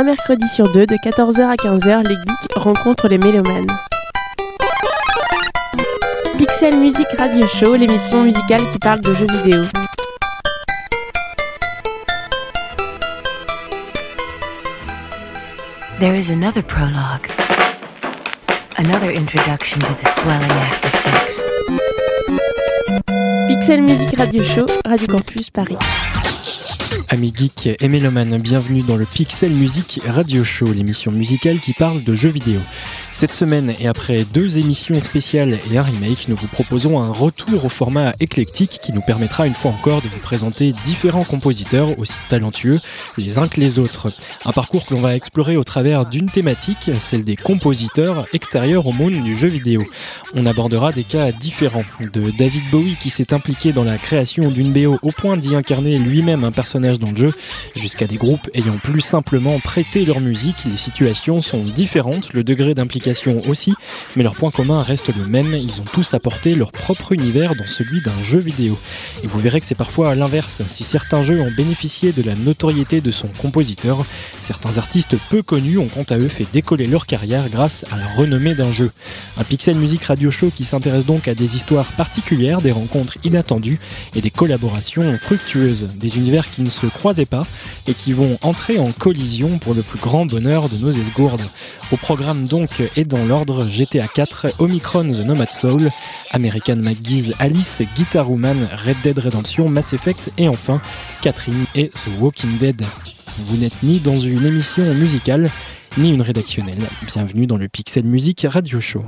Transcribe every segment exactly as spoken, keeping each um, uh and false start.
Un mercredi sur deux, de quatorze heures à quinze heures, les geeks rencontrent les mélomanes. Pixel Music Radio Show, l'émission musicale qui parle de jeux vidéo. There is another prologue. Another introduction to the swelling act of sex. Pixel Music Radio Show, Radio Campus Paris. Amis geeks et mélomanes, bienvenue dans le Pixel Music Radio Show, l'émission musicale qui parle de jeux vidéo. Cette semaine, et après deux émissions spéciales et un remake, nous vous proposons un retour au format éclectique qui nous permettra une fois encore de vous présenter différents compositeurs aussi talentueux les uns que les autres. Un parcours que l'on va explorer au travers d'une thématique, celle des compositeurs extérieurs au monde du jeu vidéo. On abordera des cas différents, de David Bowie qui s'est impliqué dans la création d'une B O au point d'y incarner lui-même un personnage dans le jeu, jusqu'à des groupes ayant plus simplement prêté leur musique. Les situations sont différentes, le degré d'implication aussi, mais leur point commun reste le même, ils ont tous apporté leur propre univers dans celui d'un jeu vidéo. Et vous verrez que c'est parfois à l'inverse, si certains jeux ont bénéficié de la notoriété de son compositeur, certains artistes peu connus ont quant à eux fait décoller leur carrière grâce à la renommée d'un jeu. Un Pixel Music Radio Show qui s'intéresse donc à des histoires particulières, des rencontres inattendues et des collaborations fructueuses, des univers qui ne se croisaient pas et qui vont entrer en collision pour le plus grand bonheur de nos esgourdes. Au programme donc et dans l'ordre, G T A quatre, Omicron The Nomad Soul, American McGee's Alice, Guitar Woman, Red Dead Redemption, Mass Effect et enfin Catherine et The Walking Dead. Vous n'êtes ni dans une émission musicale, ni une rédactionnelle. Bienvenue dans le Pixel Music Radio Show.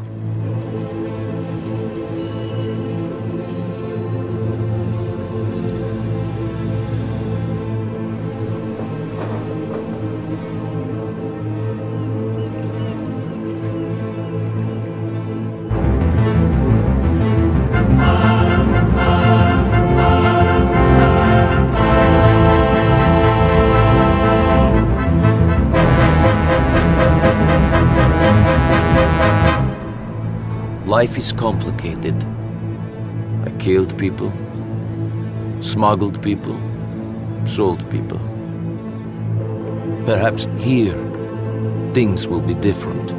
Life is complicated. I killed people, smuggled people, sold people. Perhaps here, things will be different.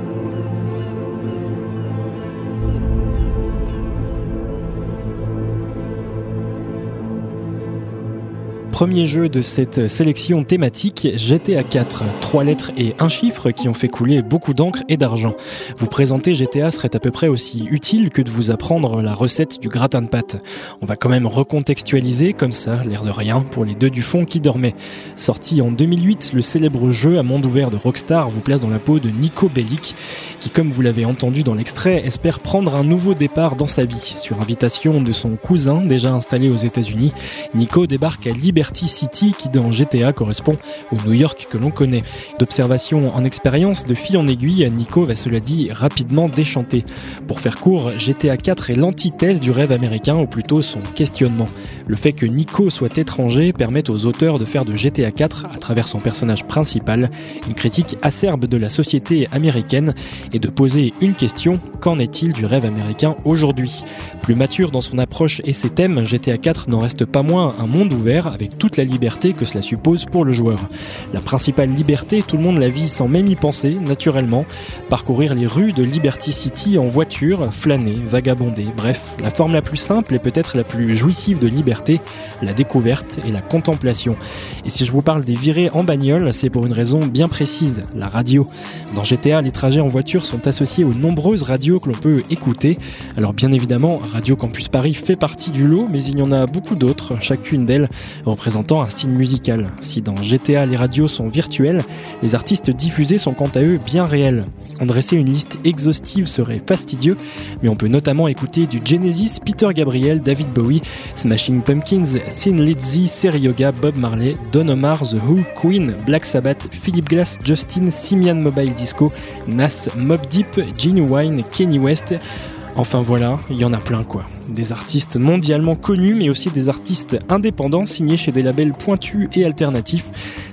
Premier jeu de cette sélection thématique, G T A quatre. Trois lettres et un chiffre qui ont fait couler beaucoup d'encre et d'argent. Vous présenter G T A serait à peu près aussi utile que de vous apprendre la recette du gratin de pâtes. On va quand même recontextualiser, comme ça, l'air de rien, pour les deux du fond qui dormaient. Sorti en deux mille huit, le célèbre jeu à monde ouvert de Rockstar vous place dans la peau de Niko Bellic, qui, comme vous l'avez entendu dans l'extrait, espère prendre un nouveau départ dans sa vie. Sur invitation de son cousin, déjà installé aux États-Unis, Niko débarque à Liberty City qui dans G T A correspond au New York que l'on connaît. D'observation en expérience, de fil en aiguille, Niko va cela dit rapidement déchanter. Pour faire court, G T A quatre est l'antithèse du rêve américain ou plutôt son questionnement. Le fait que Niko soit étranger permet aux auteurs de faire de G T A quatre, à travers son personnage principal, une critique acerbe de la société américaine et de poser une question: qu'en est-il du rêve américain aujourd'hui ? Plus mature dans son approche et ses thèmes, G T A quatre n'en reste pas moins un monde ouvert avec toute la liberté que cela suppose pour le joueur. La principale liberté, tout le monde la vit sans même y penser, naturellement. Parcourir les rues de Liberty City en voiture, flâner, vagabonder, bref, la forme la plus simple et peut-être la plus jouissive de liberté, la découverte et la contemplation. Et si je vous parle des virées en bagnole, c'est pour une raison bien précise, la radio. Dans G T A, les trajets en voiture sont associés aux nombreuses radios que l'on peut écouter. Alors bien évidemment, Radio Campus Paris fait partie du lot, mais il y en a beaucoup d'autres, chacune d'elles représentant un style musical. Si dans G T A les radios sont virtuelles, les artistes diffusés sont quant à eux bien réels. En dresser une liste exhaustive serait fastidieux, mais on peut notamment écouter du Genesis, Peter Gabriel, David Bowie, Smashing Pumpkins, Thin Lizzy, Serioga, Bob Marley, Don Omar, The Who, Queen, Black Sabbath, Philip Glass, Justin, Simian Mobile Disco, Nas, Mobb Deep, Genuine, Kanye West. Enfin voilà, il y en a plein quoi. Des artistes mondialement connus mais aussi des artistes indépendants signés chez des labels pointus et alternatifs.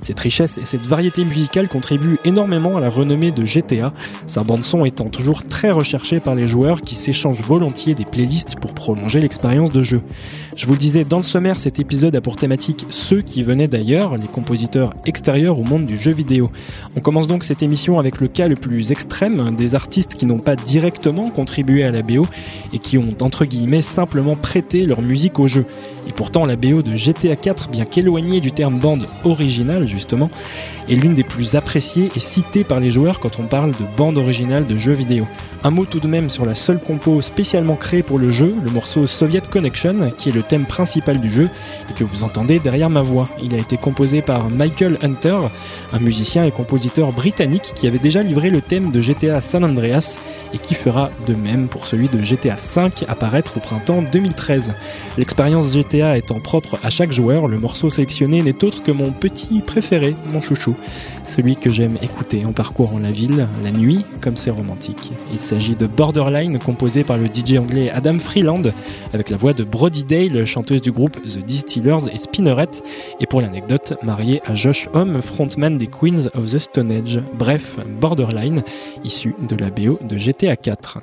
Cette richesse et cette variété musicale contribuent énormément à la renommée de G T A, sa bande-son étant toujours très recherchée par les joueurs qui s'échangent volontiers des playlists pour prolonger l'expérience de jeu. Je vous le disais dans le sommaire, cet épisode a pour thématique ceux qui venaient d'ailleurs, les compositeurs extérieurs au monde du jeu vidéo. On commence donc cette émission avec le cas le plus extrême, des artistes qui n'ont pas directement contribué à la B O et qui ont entre guillemets simplement prêté leur musique au jeu. Et pourtant la B O de G T A quatre, bien qu'éloignée du terme bande originale justement, est l'une des plus appréciées et citées par les joueurs quand on parle de bande originale de jeux vidéo. Un mot tout de même sur la seule compo spécialement créée pour le jeu, le morceau Soviet Connection, qui est le thème principal du jeu et que vous entendez derrière ma voix. Il a été composé par Michael Hunter, un musicien et compositeur britannique qui avait déjà livré le thème de G T A San Andreas et qui fera de même pour celui de G T A cinq à paraître au printemps deux mille treize. L'expérience G T A étant propre à chaque joueur, le morceau sélectionné n'est autre que mon petit préféré, mon chouchou, celui que j'aime écouter en parcourant la ville, la nuit, comme c'est romantique. Il s'agit de Borderline, composé par le D J anglais Adam Freeland, avec la voix de Brody Dale, chanteuse du groupe The Distillers et Spinnerette, et pour l'anecdote, mariée à Josh Homme, frontman des Queens of the Stone Age. Bref, Borderline, issu de la B O de G T A quatre.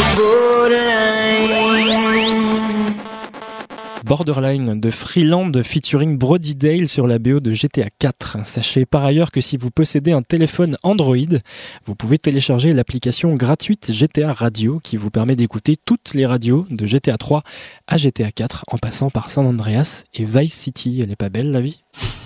Borderline de Freeland featuring Brody Dale sur la B O de G T A quatre. Sachez par ailleurs que si vous possédez un téléphone Android, vous pouvez télécharger l'application gratuite G T A Radio qui vous permet d'écouter toutes les radios de G T A trois à G T A quatre en passant par San Andreas et Vice City. Elle est pas belle la vie ?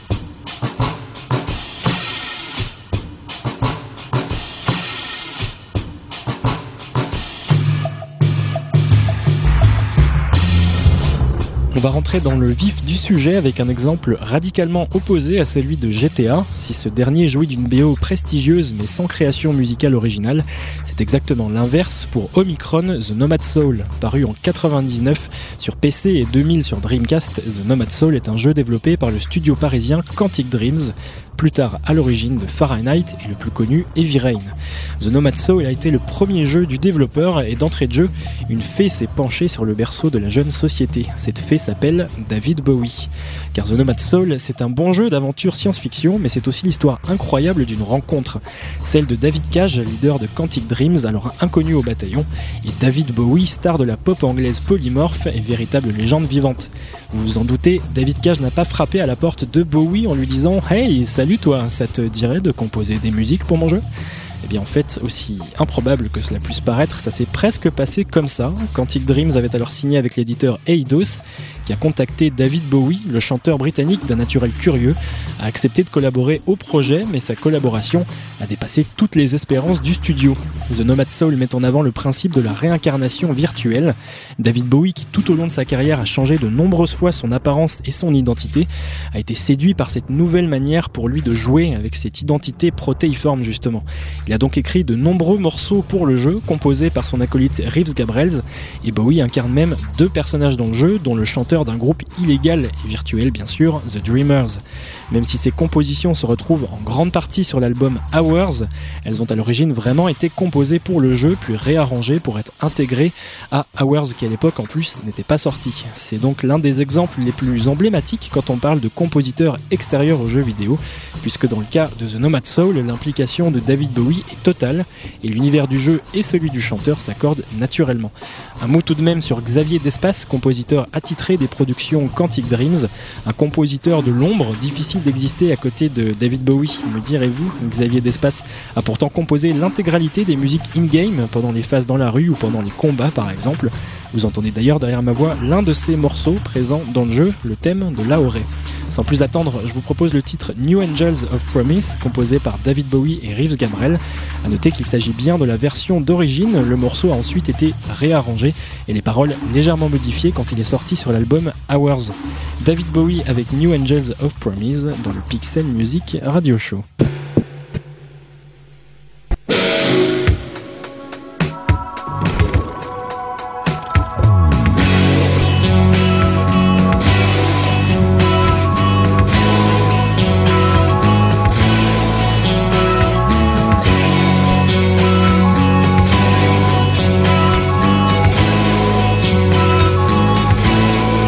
On va rentrer dans le vif du sujet avec un exemple radicalement opposé à celui de G T A. Si ce dernier jouit d'une B O prestigieuse mais sans création musicale originale, c'est exactement l'inverse pour Omicron The Nomad Soul. Paru en quatre-vingt-dix-neuf sur P C et deux mille sur Dreamcast, The Nomad Soul est un jeu développé par le studio parisien Quantic Dreams, plus tard à l'origine de Fahrenheit et le plus connu Heavy Rain. The Nomad Soul a été le premier jeu du développeur et d'entrée de jeu, une fée s'est penchée sur le berceau de la jeune société. Cette fée s'appelle David Bowie. Car The Nomad Soul, c'est un bon jeu d'aventure science-fiction, mais c'est aussi l'histoire incroyable d'une rencontre. Celle de David Cage, leader de Quantic Dreams, alors inconnu au bataillon, et David Bowie, star de la pop anglaise polymorphe et véritable légende vivante. Vous vous en doutez, David Cage n'a pas frappé à la porte de Bowie en lui disant « Hey, salut toi, ça te dirait de composer des musiques pour mon jeu ?» Eh bien en fait, aussi improbable que cela puisse paraître, ça s'est presque passé comme ça. Quantic Dreams avait alors signé avec l'éditeur Eidos, qui a contacté David Bowie, le chanteur britannique d'un naturel curieux, a accepté de collaborer au projet, mais sa collaboration a dépassé toutes les espérances du studio. The Nomad Soul met en avant le principe de la réincarnation virtuelle. David Bowie, qui tout au long de sa carrière a changé de nombreuses fois son apparence et son identité, a été séduit par cette nouvelle manière pour lui de jouer avec cette identité protéiforme justement. Il a donc écrit de nombreux morceaux pour le jeu, composés par son acolyte Reeves Gabrels, et Bowie incarne même deux personnages dans le jeu, dont le chanteur d'un groupe illégal et virtuel bien sûr, The Dreamers. Même si ces compositions se retrouvent en grande partie sur l'album Hours, elles ont à l'origine vraiment été composées pour le jeu, puis réarrangées pour être intégrées à Hours qui à l'époque en plus n'était pas sorti. C'est donc l'un des exemples les plus emblématiques quand on parle de compositeurs extérieurs aux jeux vidéo, puisque dans le cas de The Nomad Soul, l'implication de David Bowie est totale et l'univers du jeu et celui du chanteur s'accordent naturellement. Un mot tout de même sur Xavier Despace, compositeur attitré des productions Quantic Dreams, un compositeur de l'ombre, difficile d'exister à côté de David Bowie, me direz-vous. Xavier Despace a pourtant composé l'intégralité des musiques in-game, pendant les phases dans la rue ou pendant les combats par exemple. Vous entendez d'ailleurs derrière ma voix l'un de ces morceaux présents dans le jeu, le thème de Lahore. Sans plus attendre, je vous propose le titre New Angels of Promise, composé par David Bowie et Reeves Gabrels. A noter qu'il s'agit bien de la version d'origine, le morceau a ensuite été réarrangé et les paroles légèrement modifiées quand il est sorti sur l'album Hours. David Bowie avec New Angels of Promise dans le Pixel Music Radio Show.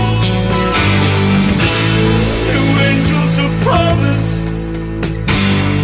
Angels of promise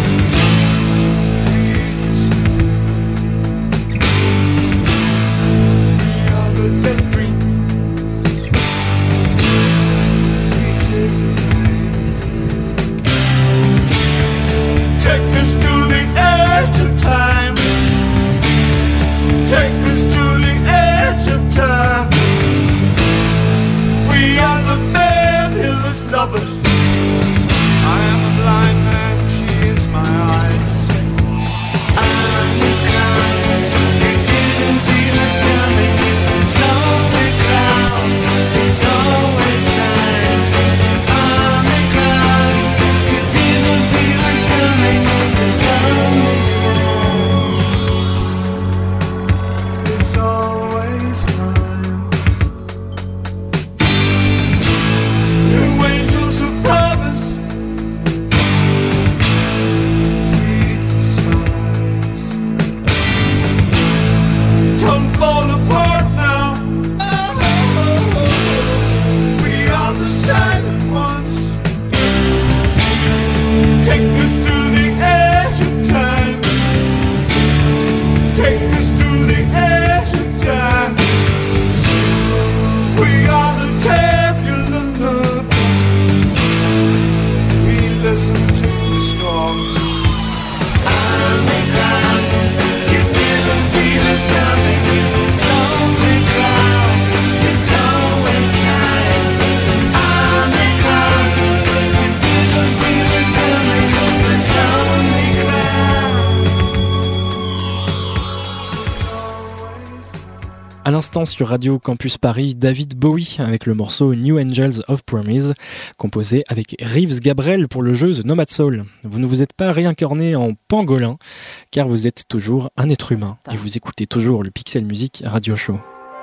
À l'instant sur Radio Campus Paris, David Bowie avec le morceau New Angels of Promise, composé avec Reeves Gabrel pour le jeu The Nomad Soul. Vous ne vous êtes pas réincarné en pangolin, car vous êtes toujours un être humain et vous écoutez toujours le Pixel Music Radio Show.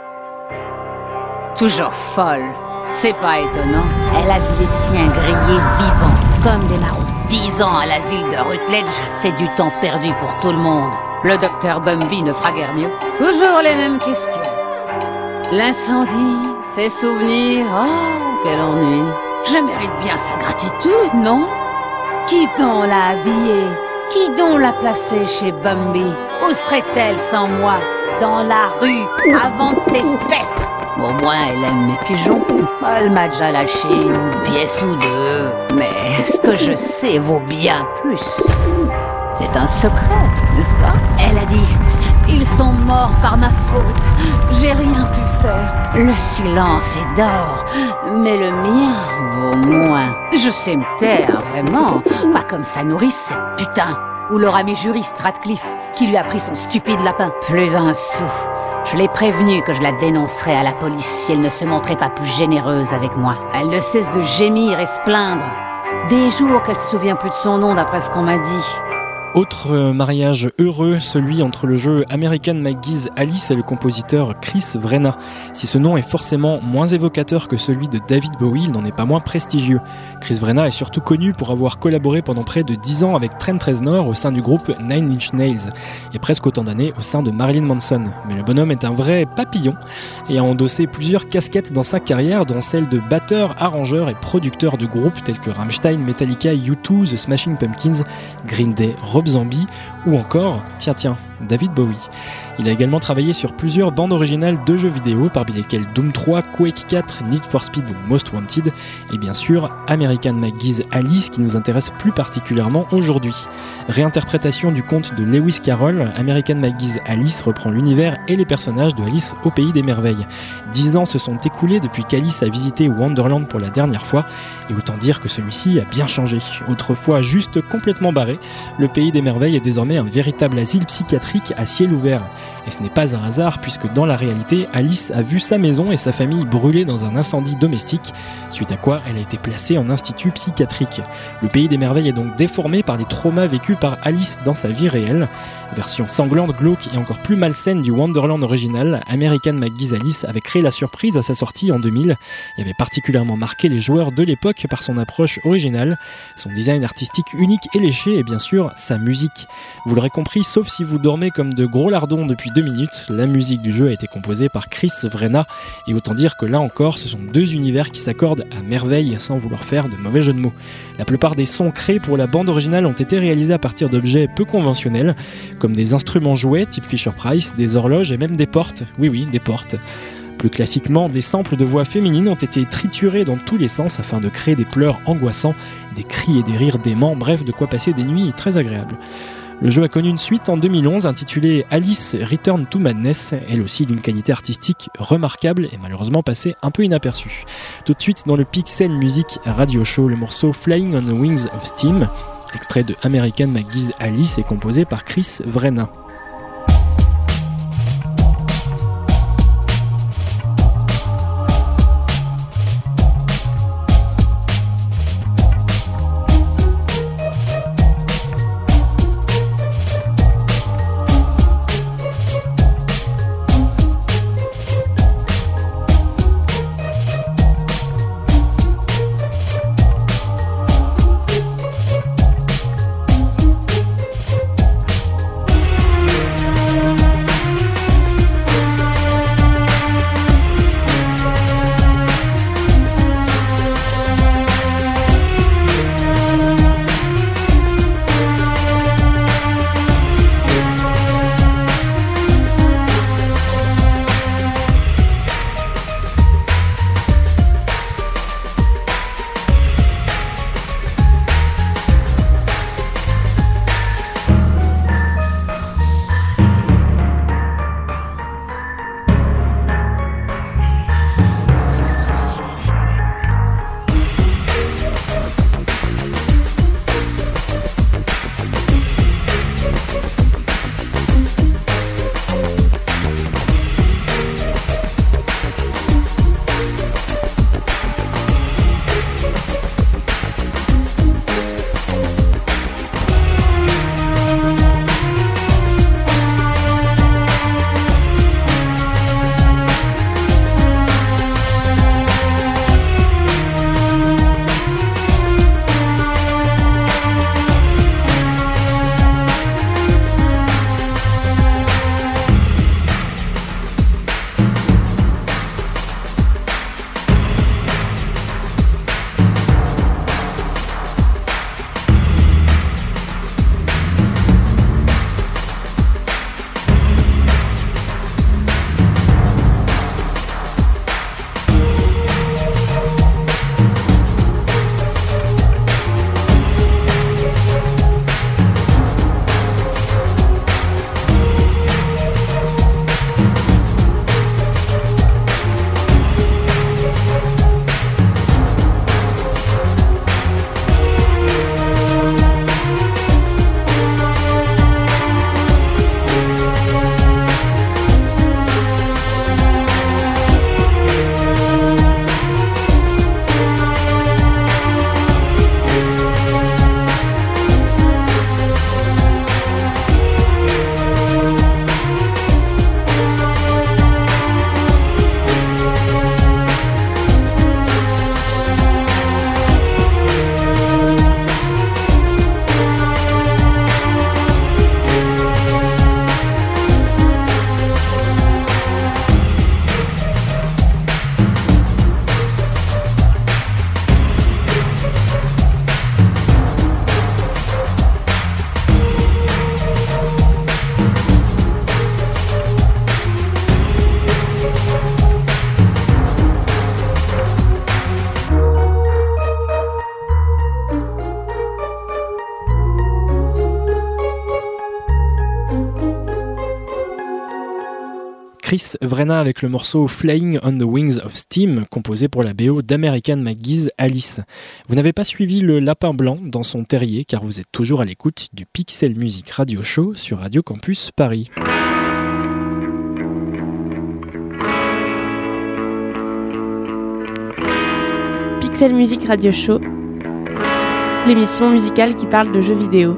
Toujours folle, c'est pas étonnant. Elle a vu les siens grillés vivants, comme des marrons. Dix ans à l'asile de Rutledge, c'est du temps perdu pour tout le monde. Le docteur Bumby ne fera guère mieux. Toujours les mêmes questions. L'incendie, ses souvenirs, oh, quel ennui. Je mérite bien sa gratitude, non? Qui donc l'a habillée? Qui donc l'a placée chez Bumby? Où serait-elle sans moi? Dans la rue, avant de ses fesses. Au moins, elle aime mes pigeons. Elle m'a déjà lâché une pièce ou deux. Mais ce que je sais vaut bien plus. C'est un secret, n'est-ce pas? Elle a dit, ils sont morts par ma faute. J'ai rien pu faire. Le silence est d'or, mais le mien vaut moins. Je sais me taire, vraiment. Pas comme sa nourrice, cette putain. Ou leur ami juriste Radcliffe, qui lui a pris son stupide lapin. Plus un sou. Je l'ai prévenue que je la dénoncerais à la police si elle ne se montrait pas plus généreuse avec moi. Elle ne cesse de gémir et se plaindre. Des jours qu'elle se souvient plus de son nom d'après ce qu'on m'a dit. Autre mariage heureux, celui entre le jeu American McGee's Alice et le compositeur Chris Vrenna. Si ce nom est forcément moins évocateur que celui de David Bowie, il n'en est pas moins prestigieux. Chris Vrenna est surtout connu pour avoir collaboré pendant près de dix ans avec Trent Reznor au sein du groupe Nine Inch Nails et presque autant d'années au sein de Marilyn Manson. Mais le bonhomme est un vrai papillon et a endossé plusieurs casquettes dans sa carrière, dont celle de batteur, arrangeur et producteur de groupes tels que Rammstein, Metallica, U deux, The Smashing Pumpkins, Green Day, Rob Zombie ou encore, tiens tiens, David Bowie. Il a également travaillé sur plusieurs bandes originales de jeux vidéo, parmi lesquelles Doom trois, Quake quatre, Need for Speed Most Wanted et bien sûr American McGee's Alice qui nous intéresse plus particulièrement aujourd'hui. Réinterprétation du conte de Lewis Carroll, American McGee's Alice reprend l'univers et les personnages de Alice au Pays des Merveilles. Dix ans se sont écoulés depuis qu'Alice a visité Wonderland pour la dernière fois et autant dire que celui-ci a bien changé. Autrefois juste complètement barré, le Pays des Merveilles est désormais un véritable asile psychiatrique à ciel ouvert. Et ce n'est pas un hasard puisque dans la réalité, Alice a vu sa maison et sa famille brûler dans un incendie domestique, suite à quoi elle a été placée en institut psychiatrique. Le Pays des Merveilles est donc déformé par les traumas vécus par Alice dans sa vie réelle. Version sanglante, glauque et encore plus malsaine du Wonderland original, American McGee's Alice avait créé la surprise à sa sortie en deux mille et avait particulièrement marqué les joueurs de l'époque par son approche originale, son design artistique unique et léché et bien sûr sa musique. Vous l'aurez compris, sauf si vous dormez comme de gros lardons depuis deux minutes, la musique du jeu a été composée par Chris Vrenna et autant dire que là encore ce sont deux univers qui s'accordent à merveille sans vouloir faire de mauvais jeux de mots. La plupart des sons créés pour la bande originale ont été réalisés à partir d'objets peu conventionnels, comme des instruments jouets type Fisher-Price, des horloges et même des portes. Oui oui, des portes. Plus classiquement, des samples de voix féminines ont été triturés dans tous les sens afin de créer des pleurs angoissants, des cris et des rires déments, bref de quoi passer des nuits très agréables. Le jeu a connu une suite en deux mille onze intitulée Alice Return to Madness, elle aussi d'une qualité artistique remarquable et malheureusement passée un peu inaperçue. Tout de suite dans le Pixel Music Radio Show, le morceau Flying on the Wings of Steam, extrait de American McGee's Alice est composé par Chris Vrenna. Chris Vrenna avec le morceau Flying on the Wings of Steam, composé pour la B O d'American McGee's Alice. Vous n'avez pas suivi le lapin blanc dans son terrier, car vous êtes toujours à l'écoute du Pixel Music Radio Show sur Radio Campus Paris. Pixel Music Radio Show, l'émission musicale qui parle de jeux vidéo.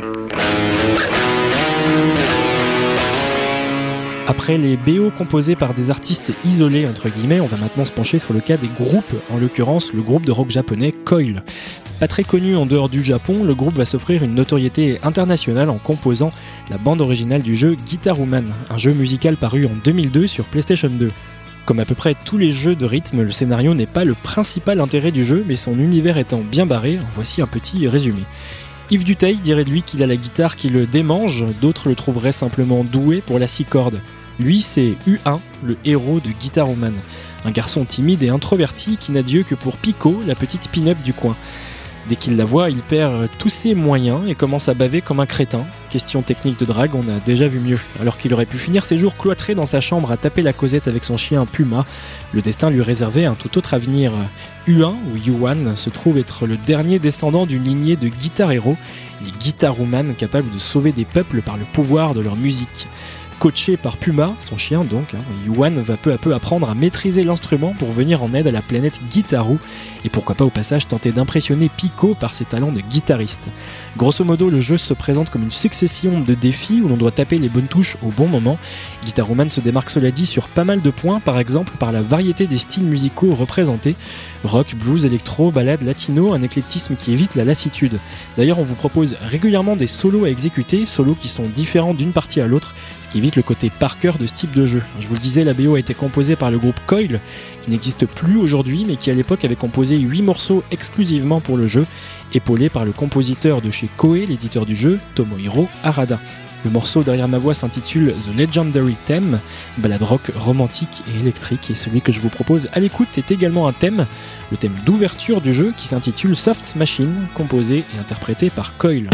Après les B O composés par des artistes isolés, entre guillemets, on va maintenant se pencher sur le cas des groupes, en l'occurrence le groupe de rock japonais Coil. Pas très connu en dehors du Japon, le groupe va s'offrir une notoriété internationale en composant la bande originale du jeu Guitar Woman, un jeu musical paru en deux mille deux sur PlayStation deux. Comme à peu près tous les jeux de rythme, le scénario n'est pas le principal intérêt du jeu, mais son univers étant bien barré, voici un petit résumé. Yves Duteil dirait de lui qu'il a la guitare qui le démange, d'autres le trouveraient simplement doué pour la scie cordes. Lui, c'est U un, le héros de Guitar Woman, un garçon timide et introverti qui n'a Dieu que pour Pico, la petite pin-up du coin. Dès qu'il la voit, il perd tous ses moyens et commence à baver comme un crétin. Question technique de drague, on a déjà vu mieux. Alors qu'il aurait pu finir ses jours cloîtrés dans sa chambre à taper la causette avec son chien Puma, le destin lui réservait un tout autre avenir. U un, ou U un, se trouve être le dernier descendant d'une lignée de guitar héros, les Guitar Woman capables de sauver des peuples par le pouvoir de leur musique. Coaché par Puma, son chien donc, hein, Yuan va peu à peu apprendre à maîtriser l'instrument pour venir en aide à la planète Guitaroo, et pourquoi pas au passage tenter d'impressionner Pico par ses talents de guitariste. Grosso modo, le jeu se présente comme une succession de défis où l'on doit taper les bonnes touches au bon moment. Guitar Woman se démarque cela dit sur pas mal de points, par exemple par la variété des styles musicaux représentés, rock, blues, électro, ballade, latino, un éclectisme qui évite la lassitude. D'ailleurs, on vous propose régulièrement des solos à exécuter, solos qui sont différents d'une partie à l'autre, ce qui évite le côté par cœur de ce type de jeu. Je vous le disais, la B O a été composée par le groupe Coil, qui n'existe plus aujourd'hui, mais qui à l'époque avait composé huit morceaux exclusivement pour le jeu, épaulé par le compositeur de chez Koei, l'éditeur du jeu, Tomohiro Harada. Le morceau derrière ma voix s'intitule The Legendary Theme, ballade rock romantique et électrique, et celui que je vous propose à l'écoute est également un thème, le thème d'ouverture du jeu qui s'intitule Soft Machine, composé et interprété par Coil.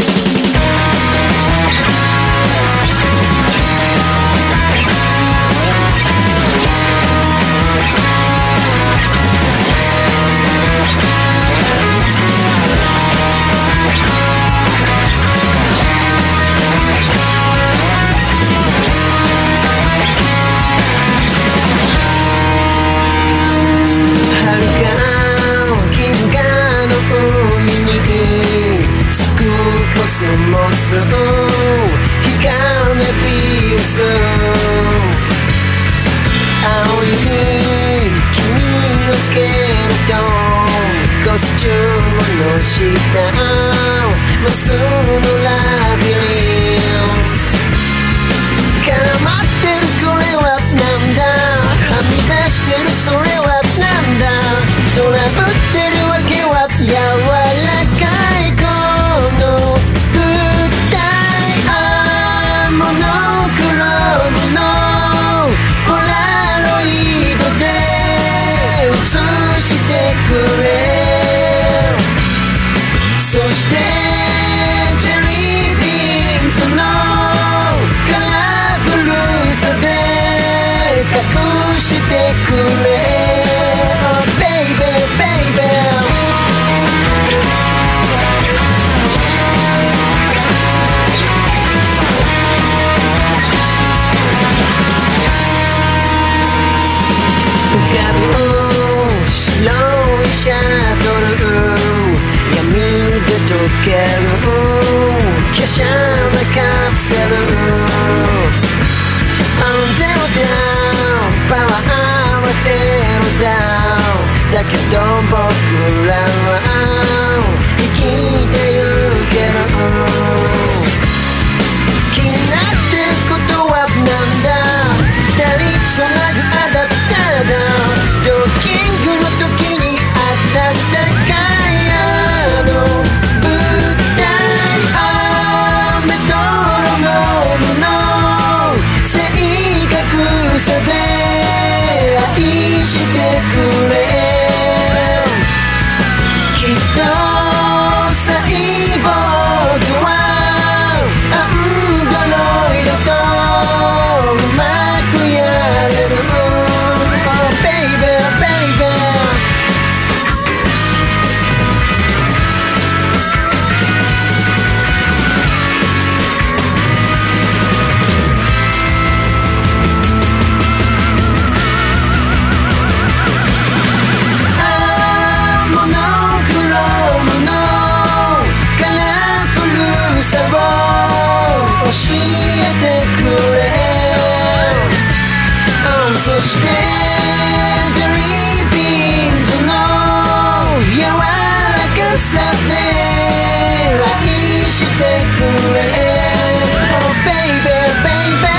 そしてジェリービーンズの柔らかさで愛してくれ Oh baby baby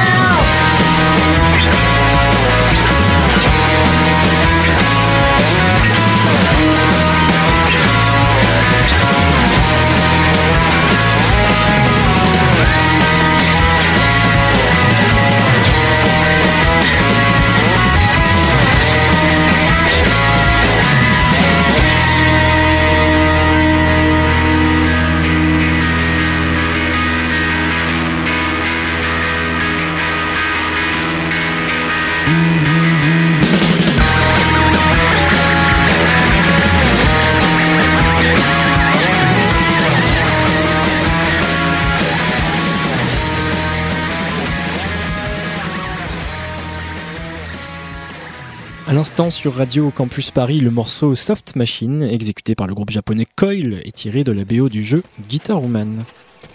À l'instant sur Radio Campus Paris, le morceau Soft Machine, exécuté par le groupe japonais Coil, est tiré de la B O du jeu Guitar Woman.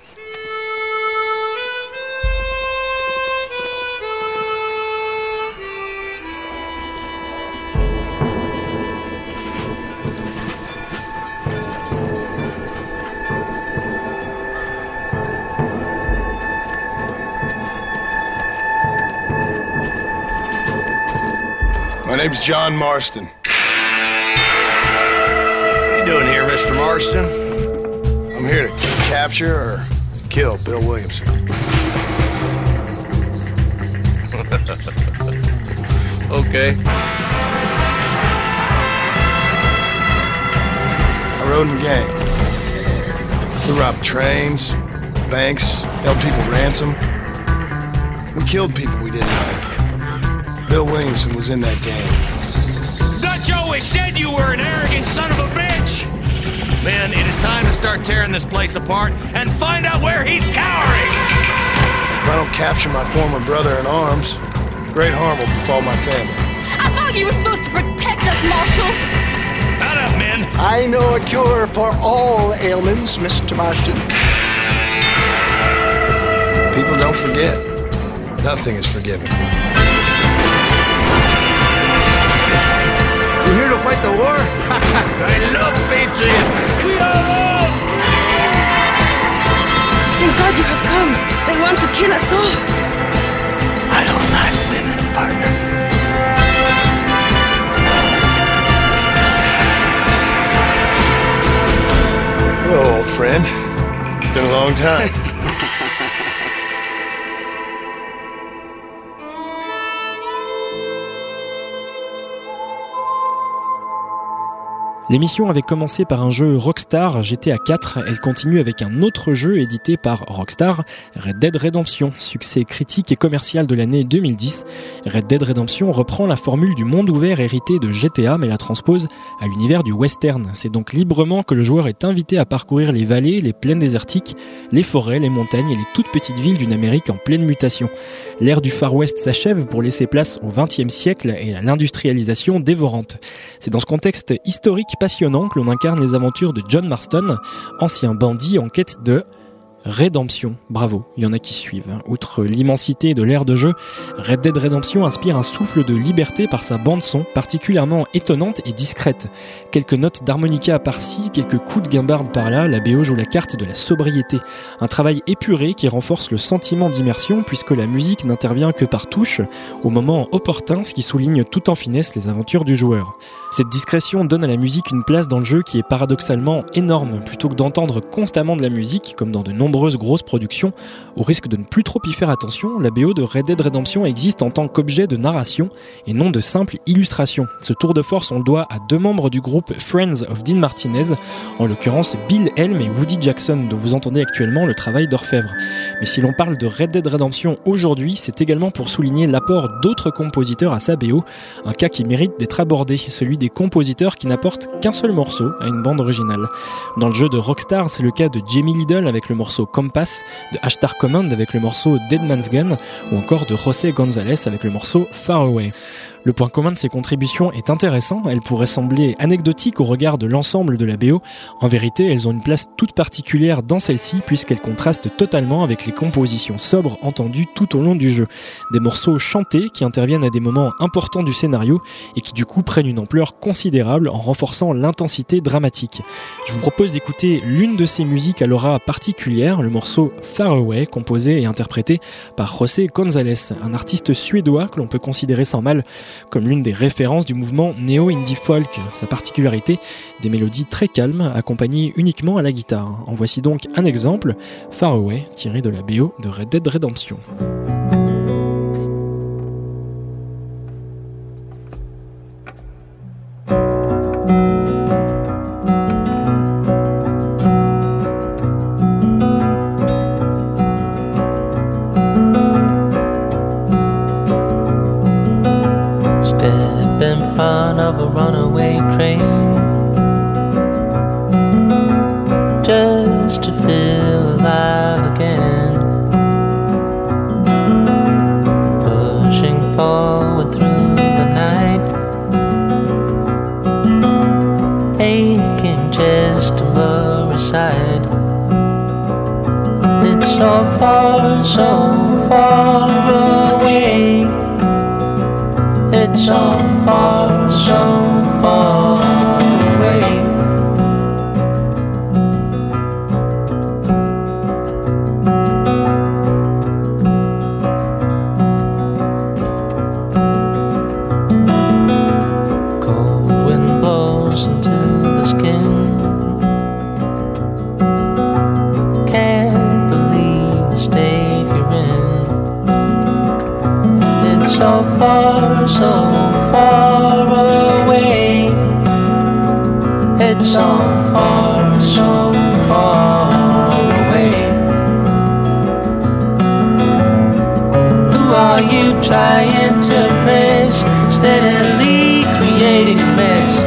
My name's John Marston. What are you doing here, Mister Marston? I'm here to capture or kill Bill Williamson. Okay. I rode in a gang. We robbed trains, banks, held people ransom. We killed people we didn't like. Bill Williamson was in that gang. Dutch always said you were an arrogant son of a bitch! Men, it is time to start tearing this place apart and find out where he's cowering! If I don't capture my former brother in arms, great harm will befall my family. I thought you were supposed to protect us, Marshal! Shut up, men! I know a cure for all ailments, Mister Marston. People don't forget. Nothing is forgiven. You here to fight the war? I love patriots! We are love! Thank God you have come. They want to kill us all. I don't like women, partner. Hello, old friend. Been a long time. L'émission avait commencé par un jeu Rockstar G T A quatre, elle continue avec un autre jeu édité par Rockstar, Red Dead Redemption, succès critique et commercial de l'année deux mille dix. Red Dead Redemption reprend la formule du monde ouvert hérité de G T A mais la transpose à l'univers du western. C'est donc librement que le joueur est invité à parcourir les vallées, les plaines désertiques, les forêts, les montagnes et les toutes petites villes d'une Amérique en pleine mutation. L'ère du Far West s'achève pour laisser place au vingtième siècle et à l'industrialisation dévorante. C'est dans ce contexte historique passionnant que l'on incarne les aventures de John Marston, ancien bandit en quête de rédemption. Bravo, il y en a qui suivent. Outre l'immensité de l'ère de jeu, Red Dead Redemption inspire un souffle de liberté par sa bande-son particulièrement étonnante et discrète. Quelques notes d'harmonica par-ci, quelques coups de guimbarde par-là, la B O joue la carte de la sobriété. Un travail épuré qui renforce le sentiment d'immersion puisque la musique n'intervient que par touche, au moment opportun, ce qui souligne tout en finesse les aventures du joueur. Cette discrétion donne à la musique une place dans le jeu qui est paradoxalement énorme. Plutôt que d'entendre constamment de la musique, comme dans de nombreuses grosses productions, au risque de ne plus trop y faire attention, la B O de Red Dead Redemption existe en tant qu'objet de narration et non de simple illustration. Ce tour de force, on le doit à deux membres du groupe Friends of Dean Martinez, en l'occurrence Bill Helm et Woody Jackson, dont vous entendez actuellement le travail d'orfèvre. Mais si l'on parle de Red Dead Redemption aujourd'hui, c'est également pour souligner l'apport d'autres compositeurs à sa B O, un cas qui mérite d'être abordé, celui des compositeurs qui n'apportent qu'un seul morceau à une bande originale. Dans le jeu de Rockstar, c'est le cas de Jamie Lidl avec le morceau Compass, de Ashtar Command avec le morceau Dead Man's Gun, ou encore de José González avec le morceau Far Away. Le point commun de ces contributions est intéressant, elles pourraient sembler anecdotiques au regard de l'ensemble de la B O. En vérité, elles ont une place toute particulière dans celle-ci puisqu'elles contrastent totalement avec les compositions sobres entendues tout au long du jeu. Des morceaux chantés qui interviennent à des moments importants du scénario et qui du coup prennent une ampleur considérable en renforçant l'intensité dramatique. Je vous propose d'écouter l'une de ces musiques à l'aura particulière, le morceau Far Away, composé et interprété par José González, un artiste suédois que l'on peut considérer sans mal comme l'une des références du mouvement néo-indie folk. Sa particularité, des mélodies très calmes accompagnées uniquement à la guitare. En voici donc un exemple, Far Away, tiré de la B O de Red Dead Redemption. Step in front of a runaway train just to feel alive again, pushing forward through the night, aching chest and blurry side. It's so far, so far away. It's so far, so far away. Cold wind blows into the skin. Can't believe the state you're in. It's so far, so far away. It's so far, so far away. Who are you trying to impress? Steadily creating a mess.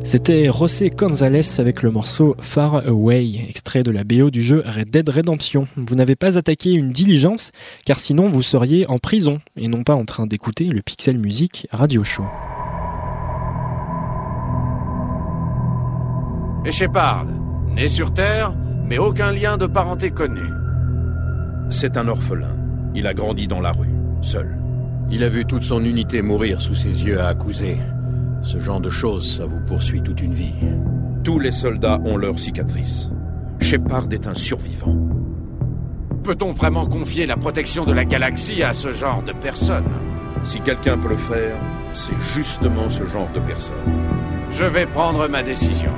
C'était José González avec le morceau Far Away, extrait de la B O du jeu Red Dead Redemption. Vous n'avez pas attaqué une diligence, car sinon vous seriez en prison, et non pas en train d'écouter le Pixel Music Radio Show. Et Shepard, né sur Terre, mais aucun lien de parenté connu. C'est un orphelin. Il a grandi dans la rue, seul. Il a vu toute son unité mourir sous ses yeux à accuser. Ce genre de choses, ça vous poursuit toute une vie. Tous les soldats ont leurs cicatrices. Shepard est un survivant. Peut-on vraiment confier la protection de la galaxie à ce genre de personnes ? Si quelqu'un peut le faire, c'est justement ce genre de personne. Je vais prendre ma décision.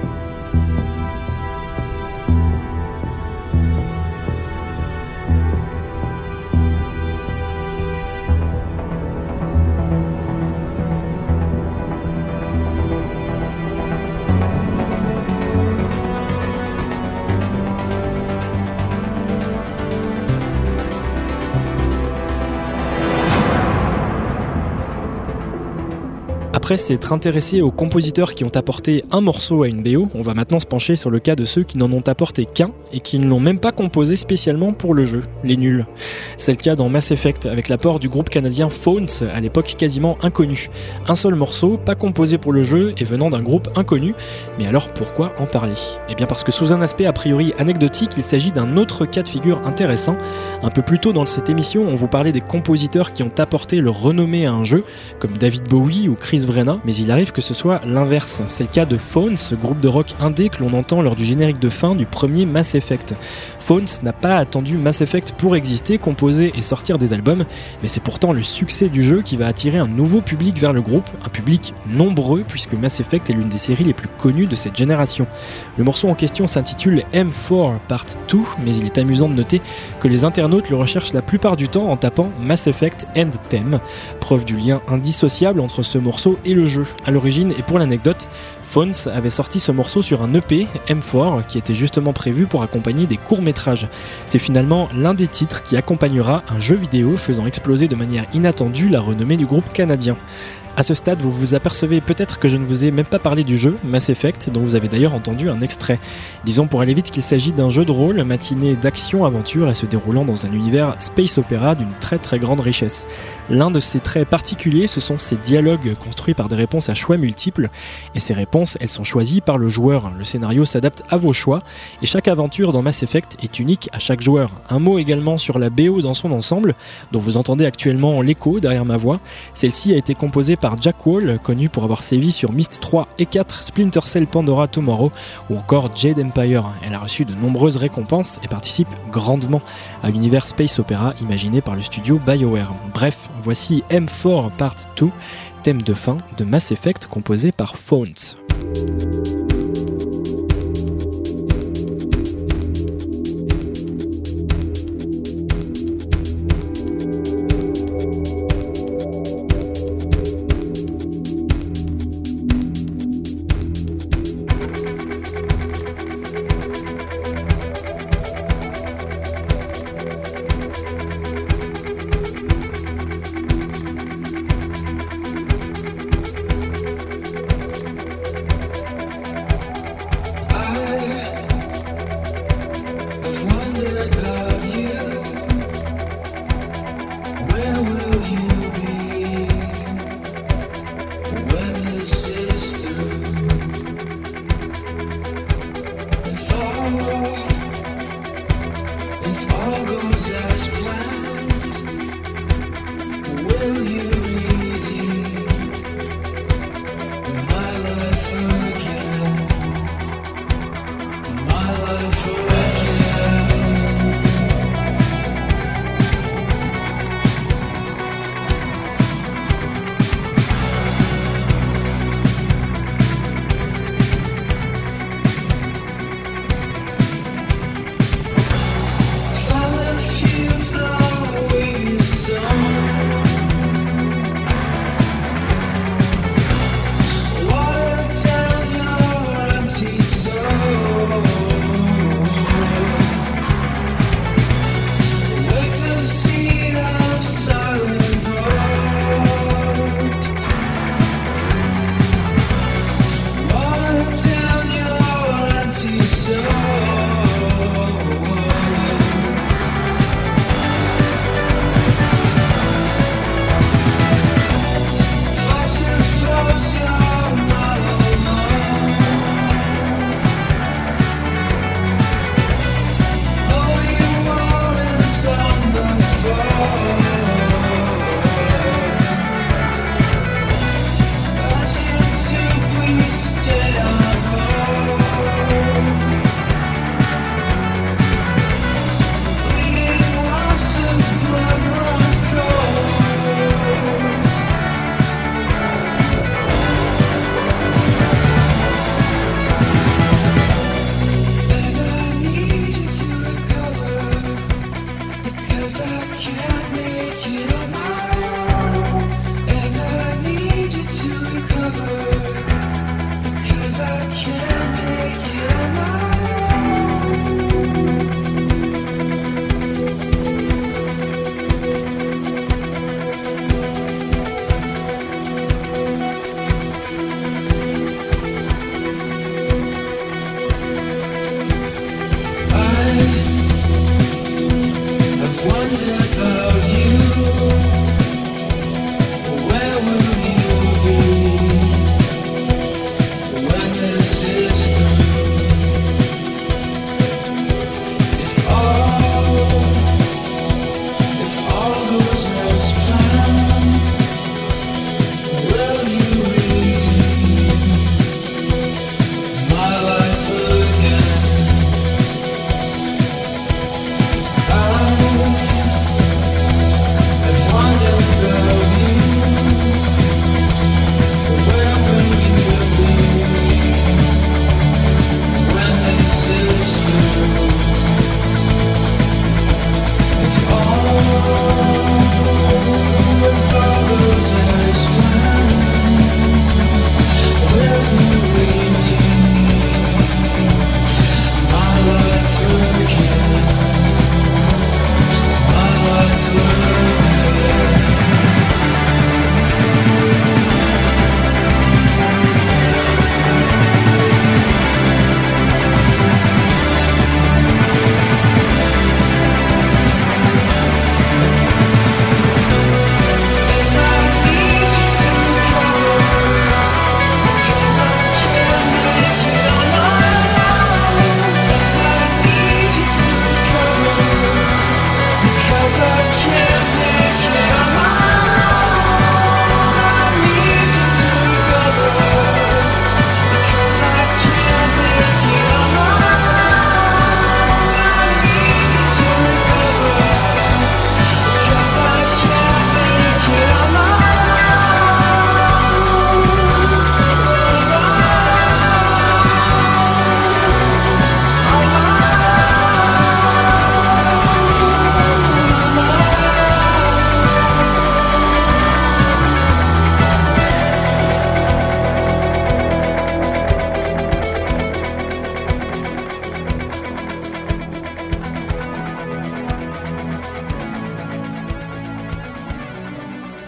Après s'être intéressé aux compositeurs qui ont apporté un morceau à une B O, on va maintenant se pencher sur le cas de ceux qui n'en ont apporté qu'un et qui ne l'ont même pas composé spécialement pour le jeu, les nuls. C'est le cas dans Mass Effect avec l'apport du groupe canadien Phones, à l'époque quasiment inconnu. Un seul morceau, pas composé pour le jeu et venant d'un groupe inconnu, mais alors pourquoi en parler ? Eh bien parce que sous un aspect a priori anecdotique, il s'agit d'un autre cas de figure intéressant. Un peu plus tôt dans cette émission, on vous parlait des compositeurs qui ont apporté leur renommée à un jeu, comme David Bowie ou Chris Vrenna, mais il arrive que ce soit l'inverse. C'est le cas de Phones, groupe de rock indé que l'on entend lors du générique de fin du premier Mass Effect. Phones n'a pas attendu Mass Effect pour exister, composer et sortir des albums, mais c'est pourtant le succès du jeu qui va attirer un nouveau public vers le groupe, un public nombreux puisque Mass Effect est l'une des séries les plus connues de cette génération. Le morceau en question s'intitule M quatre Part deux, mais il est amusant de noter que les internautes le recherchent la plupart du temps en tapant Mass Effect End Theme, preuve du lien indissociable entre ce morceau et le jeu. À l'origine, et pour l'anecdote, Phones avait sorti ce morceau sur un E P, M quatre, qui était justement prévu pour accompagner des courts-métrages. C'est finalement l'un des titres qui accompagnera un jeu vidéo faisant exploser de manière inattendue la renommée du groupe canadien. À ce stade, vous vous apercevez peut-être que je ne vous ai même pas parlé du jeu Mass Effect, dont vous avez d'ailleurs entendu un extrait. Disons pour aller vite qu'il s'agit d'un jeu de rôle matiné d'action-aventure et se déroulant dans un univers space opéra d'une très très grande richesse. L'un de ses traits particuliers, ce sont ces dialogues construits par des réponses à choix multiples, et ces réponses, elles sont choisies par le joueur. Le scénario s'adapte à vos choix, et chaque aventure dans Mass Effect est unique à chaque joueur. Un mot également sur la B O dans son ensemble, dont vous entendez actuellement l'écho derrière ma voix. Celle-ci a été composée par Jack Wall, connu pour avoir sévi sur Myst trois et quatre, Splinter Cell Pandora Tomorrow ou encore Jade Empire. Elle a reçu de nombreuses récompenses et participe grandement à l'univers space opéra imaginé par le studio BioWare. Bref, voici M quatre Part deux, thème de fin de Mass Effect composé par Phones.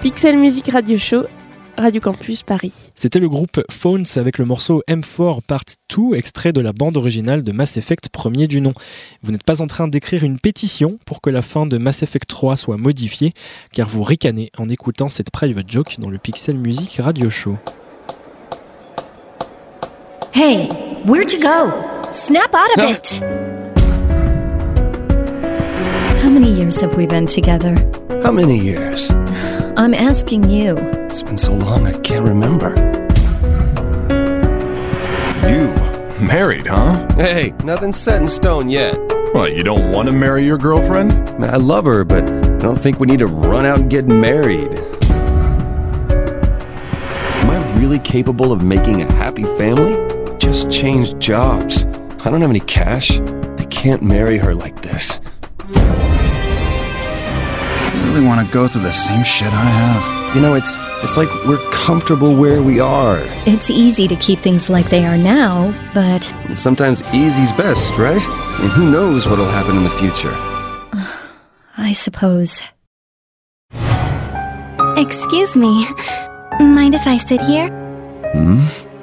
Pixel Music Radio Show, Radio Campus Paris. C'était le groupe Phones avec le morceau M quatre Part deux, extrait de la bande originale de Mass Effect premier du nom. Vous n'êtes pas en train d'écrire une pétition pour que la fin de Mass Effect trois soit modifiée, car vous ricanez en écoutant cette private joke dans le Pixel Music Radio Show. Hey, where'd you go? Snap out of no. it! How many years have we been together? How many years? I'm asking you. It's been so long I can't remember. You married, huh? Hey, nothing's set in stone yet. What, you don't want to marry your girlfriend? I mean, I love her, but I don't think we need to run out and get married. Am I really capable of making a happy family? Just changed jobs. I don't have any cash. I can't marry her like this. You really want to go through the same shit I have? You know, it's it's like we're comfortable where we are. It's easy to keep things like they are now, but... Sometimes easy's best, right? And who knows what'll happen in the future. I suppose. Excuse me. Mind if I sit here? Hmm?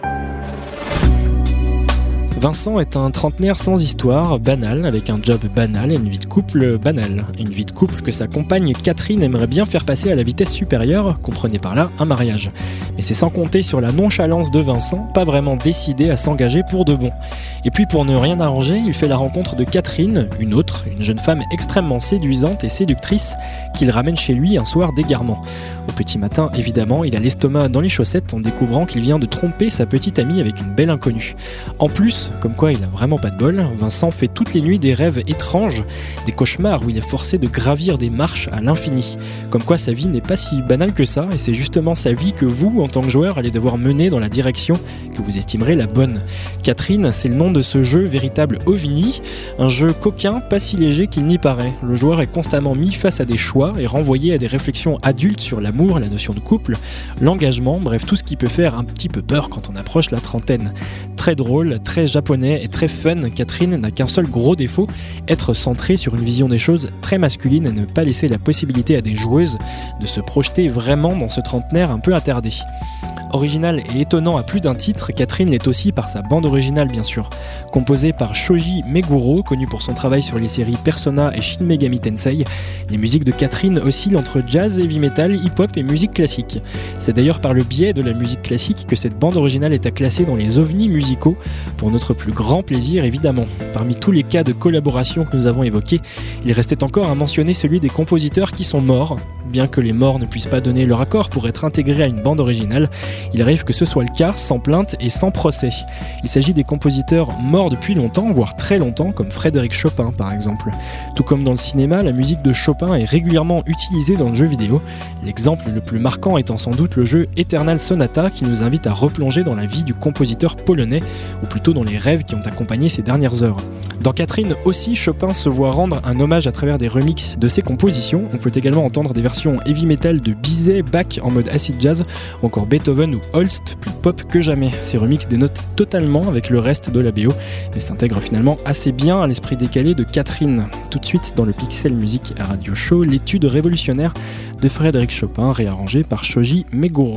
Vincent est un trentenaire sans histoire, banal, avec un job banal et une vie de couple banale. Une vie de couple que sa compagne Catherine aimerait bien faire passer à la vitesse supérieure, comprenez par là un mariage. Mais c'est sans compter sur la nonchalance de Vincent, pas vraiment décidé à s'engager pour de bon. Et puis pour ne rien arranger, il fait la rencontre de Catherine, une autre, une jeune femme extrêmement séduisante et séductrice, qu'il ramène chez lui un soir d'égarement. Au petit matin, évidemment, il a l'estomac dans les chaussettes en découvrant qu'il vient de tromper sa petite amie avec une belle inconnue. En plus, comme quoi il a vraiment pas de bol, Vincent fait toutes les nuits des rêves étranges, des cauchemars où il est forcé de gravir des marches à l'infini. Comme quoi sa vie n'est pas si banale que ça, et c'est justement sa vie que vous, en tant que joueur, allez devoir mener dans la direction que vous estimerez la bonne. Catherine, c'est le nom de ce jeu véritable ovni, un jeu coquin, pas si léger qu'il n'y paraît. Le joueur est constamment mis face à des choix et renvoyé à des réflexions adultes sur l'amour, la notion de couple, l'engagement, bref tout ce qui peut faire un petit peu peur quand on approche la trentaine. Très drôle, très japonais et très fun, Catherine n'a qu'un seul gros défaut, être centrée sur une vision des choses très masculine et ne pas laisser la possibilité à des joueuses de se projeter vraiment dans ce trentenaire un peu attardé. Original et étonnant à plus d'un titre, Catherine l'est aussi par sa bande originale bien sûr. Composée par Shoji Meguro, connu pour son travail sur les séries Persona et Shin Megami Tensei, les musiques de Catherine oscillent entre jazz, heavy metal, hip-hop et musique classique. C'est d'ailleurs par le biais de la musique classique que cette bande originale est à classer dans les ovnis musicaux, pour notre plus grand plaisir évidemment. Parmi tous les cas de collaboration que nous avons évoqués, il restait encore à mentionner celui des compositeurs qui sont morts. Bien que les morts ne puissent pas donner leur accord pour être intégrés à une bande originale, il arrive que ce soit le cas sans plainte et sans procès. Il s'agit des compositeurs morts depuis longtemps, voire très longtemps, comme Frédéric Chopin par exemple. Tout comme dans le cinéma, la musique de Chopin est régulièrement utilisée dans le jeu vidéo. L'exemple le plus marquant étant sans doute le jeu Eternal Sonata qui nous invite à replonger dans la vie du compositeur polonais, ou plutôt dans les rêves qui ont accompagné ses dernières heures. Dans Catherine aussi, Chopin se voit rendre un hommage à travers des remixes de ses compositions. On peut également entendre des versions heavy metal de Bizet, Bach en mode acid jazz, ou encore Beethoven ou Holst, plus pop que jamais. Ces remixes dénotent totalement avec le reste de la B O, mais s'intègrent finalement assez bien à l'esprit décalé de Catherine. Tout de suite dans le Pixel Music Radio Show, l'étude révolutionnaire de Frédéric Chopin, réarrangée par Shoji Meguro.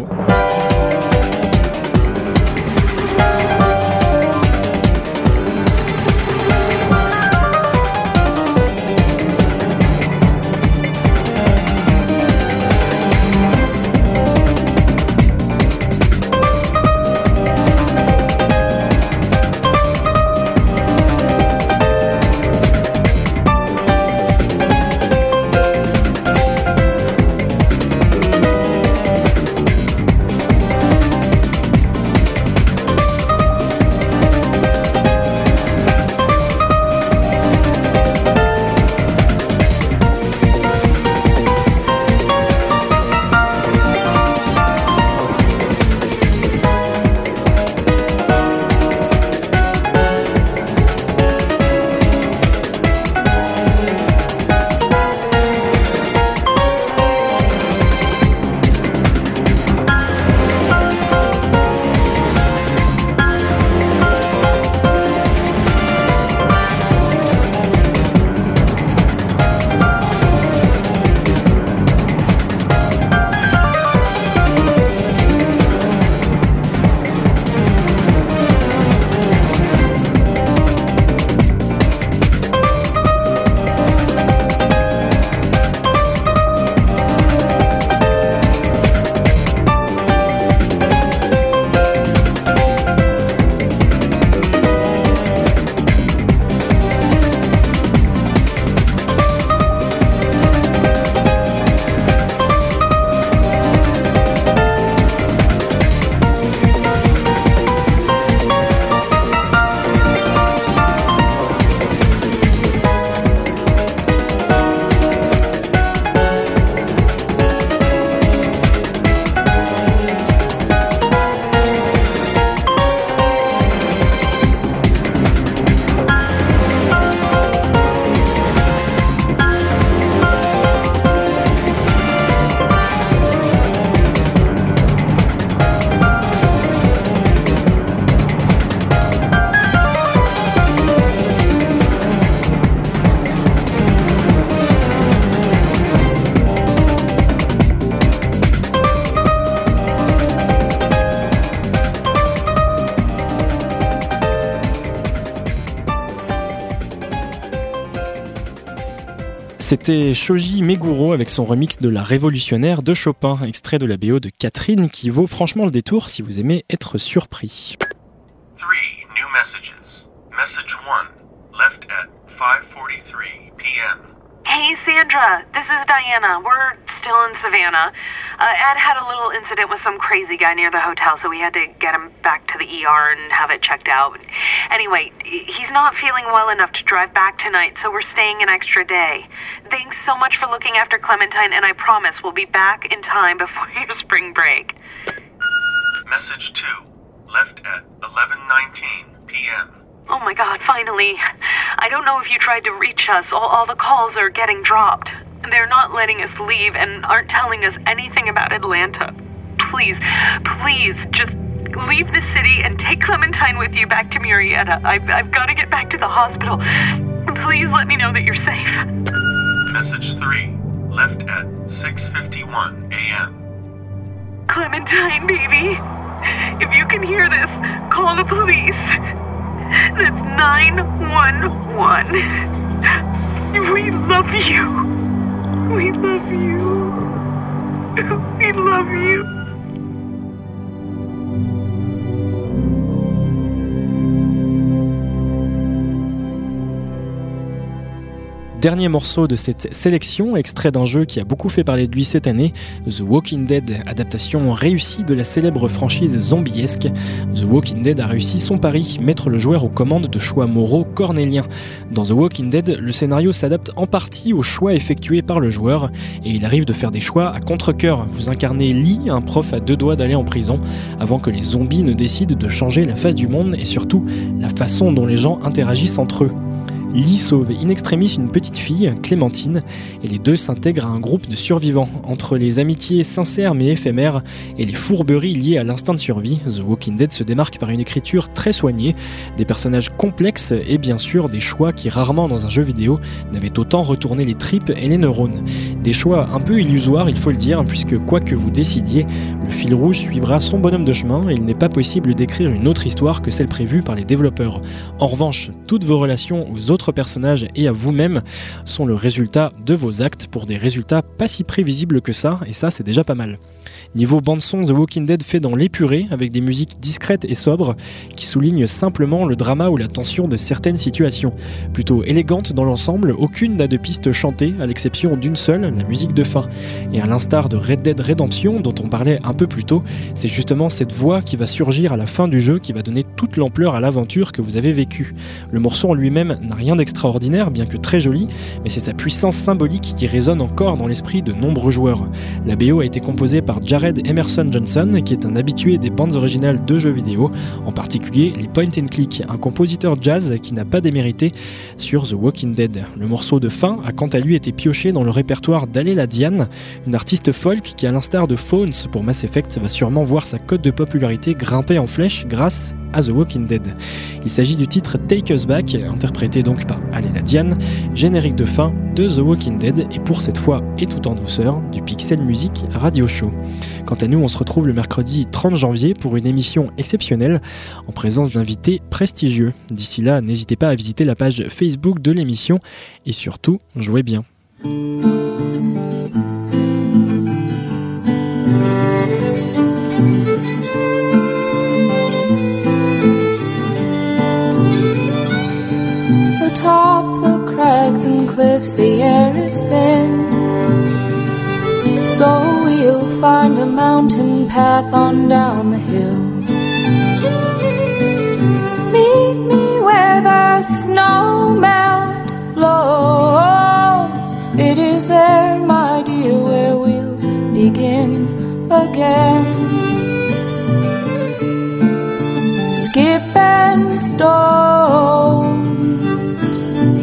C'était Shoji Meguro avec son remix de La Révolutionnaire de Chopin, extrait de la B O de Catherine qui vaut franchement le détour si vous aimez être surpris. Three new messages. Message one, left at five forty-three p.m. Hey, Sandra. This is Diana. We're still in Savannah. Uh, Ed had a little incident with some crazy guy near the hotel, so we had to get him back to the E R and have it checked out. Anyway, he's not feeling well enough to drive back tonight, so we're staying an extra day. Thanks so much for looking after Clementine, and I promise we'll be back in time before your spring break. Message two, left at eleven nineteen p.m. Oh my god, finally. I don't know if you tried to reach us. All, all the calls are getting dropped. They're not letting us leave and aren't telling us anything about Atlanta. Please, please, just leave the city and take Clementine with you back to Murrieta. I've, I've got to get back to the hospital. Please let me know that you're safe. Message three, left at six fifty-one a.m. Clementine, baby. If you can hear this, call the police. That's nine one one. We love you. We love you. We love you. Dernier morceau de cette sélection, extrait d'un jeu qui a beaucoup fait parler de lui cette année, The Walking Dead, adaptation réussie de la célèbre franchise zombiesque. The Walking Dead a réussi son pari, mettre le joueur aux commandes de choix moraux cornéliens. Dans The Walking Dead, le scénario s'adapte en partie aux choix effectués par le joueur, et il arrive de faire des choix à contre-cœur. Vous incarnez Lee, un prof à deux doigts d'aller en prison, avant que les zombies ne décident de changer la face du monde et surtout la façon dont les gens interagissent entre eux. Lee sauve in extremis une petite fille, Clémentine, et les deux s'intègrent à un groupe de survivants. Entre les amitiés sincères mais éphémères et les fourberies liées à l'instinct de survie, The Walking Dead se démarque par une écriture très soignée, des personnages complexes et bien sûr des choix qui rarement dans un jeu vidéo n'avaient autant retourné les tripes et les neurones. Des choix un peu illusoires, il faut le dire, puisque quoi que vous décidiez, le fil rouge suivra son bonhomme de chemin et il n'est pas possible d'écrire une autre histoire que celle prévue par les développeurs. En revanche, toutes vos relations aux autres personnages et à vous-même sont le résultat de vos actes pour des résultats pas si prévisibles que ça, et ça c'est déjà pas mal. Niveau bande-son, The Walking Dead fait dans l'épuré avec des musiques discrètes et sobres qui soulignent simplement le drama ou la tension de certaines situations. Plutôt élégante dans l'ensemble, aucune n'a de piste chantée à l'exception d'une seule, la musique de fin. Et à l'instar de Red Dead Redemption dont on parlait un peu plus tôt, c'est justement cette voix qui va surgir à la fin du jeu qui va donner toute l'ampleur à l'aventure que vous avez vécue. Le morceau en lui-même n'a rien d'extraordinaire, bien que très joli, mais c'est sa puissance symbolique qui résonne encore dans l'esprit de nombreux joueurs. La B O a été composée par Jared Emerson Johnson, qui est un habitué des bandes originales de jeux vidéo, en particulier les point and click, un compositeur jazz qui n'a pas démérité sur The Walking Dead. Le morceau de fin a quant à lui été pioché dans le répertoire d'Alela Diane, une artiste folk qui, à l'instar de Phones pour Mass Effect, va sûrement voir sa cote de popularité grimper en flèche grâce à The Walking Dead. Il s'agit du titre Take Us Back, interprété donc par Alela Diane, générique de fin de The Walking Dead, et pour cette fois et tout en douceur, du Pixel Music Radio Show. Quant à nous, on se retrouve le mercredi trente janvier pour une émission exceptionnelle en présence d'invités prestigieux. D'ici là, n'hésitez pas à visiter la page Facebook de l'émission et surtout, jouez bien. Atop the crags and cliffs, the air is thin. So we'll find a mountain path on down the hill. Meet me where the snow melt flows. It is there, my dear, where we'll begin again. Skip and stones,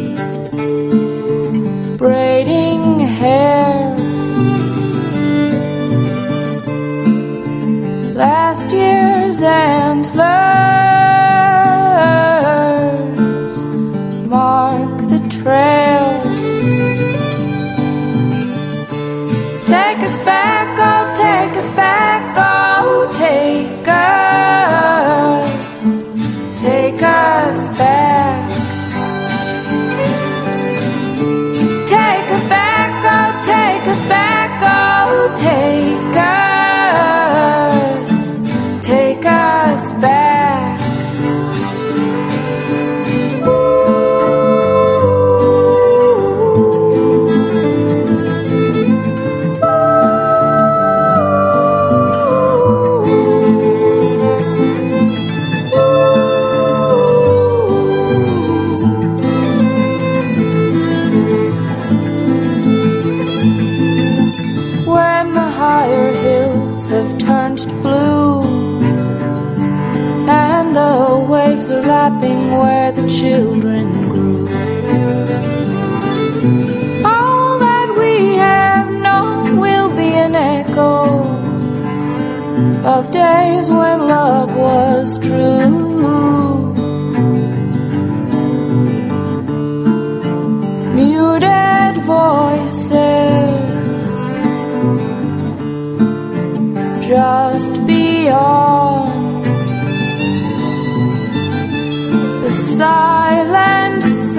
braiding hair. Last year's antlers mark the trail. Take us back, oh, take us back, oh, take us, take us back. Take us back. children grew. All that we have known will be an echo of days when love was true. Muted voices just beyond the silent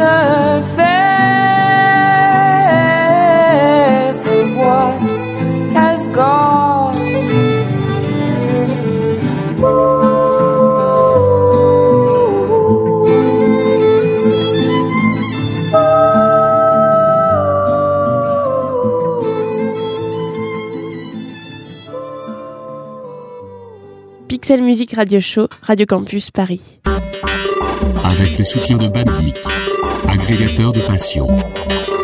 surface of what has gone. Pixel Music Radio Show, Radio Campus Paris. Avec le soutien de Bandic, agrégateur de passion.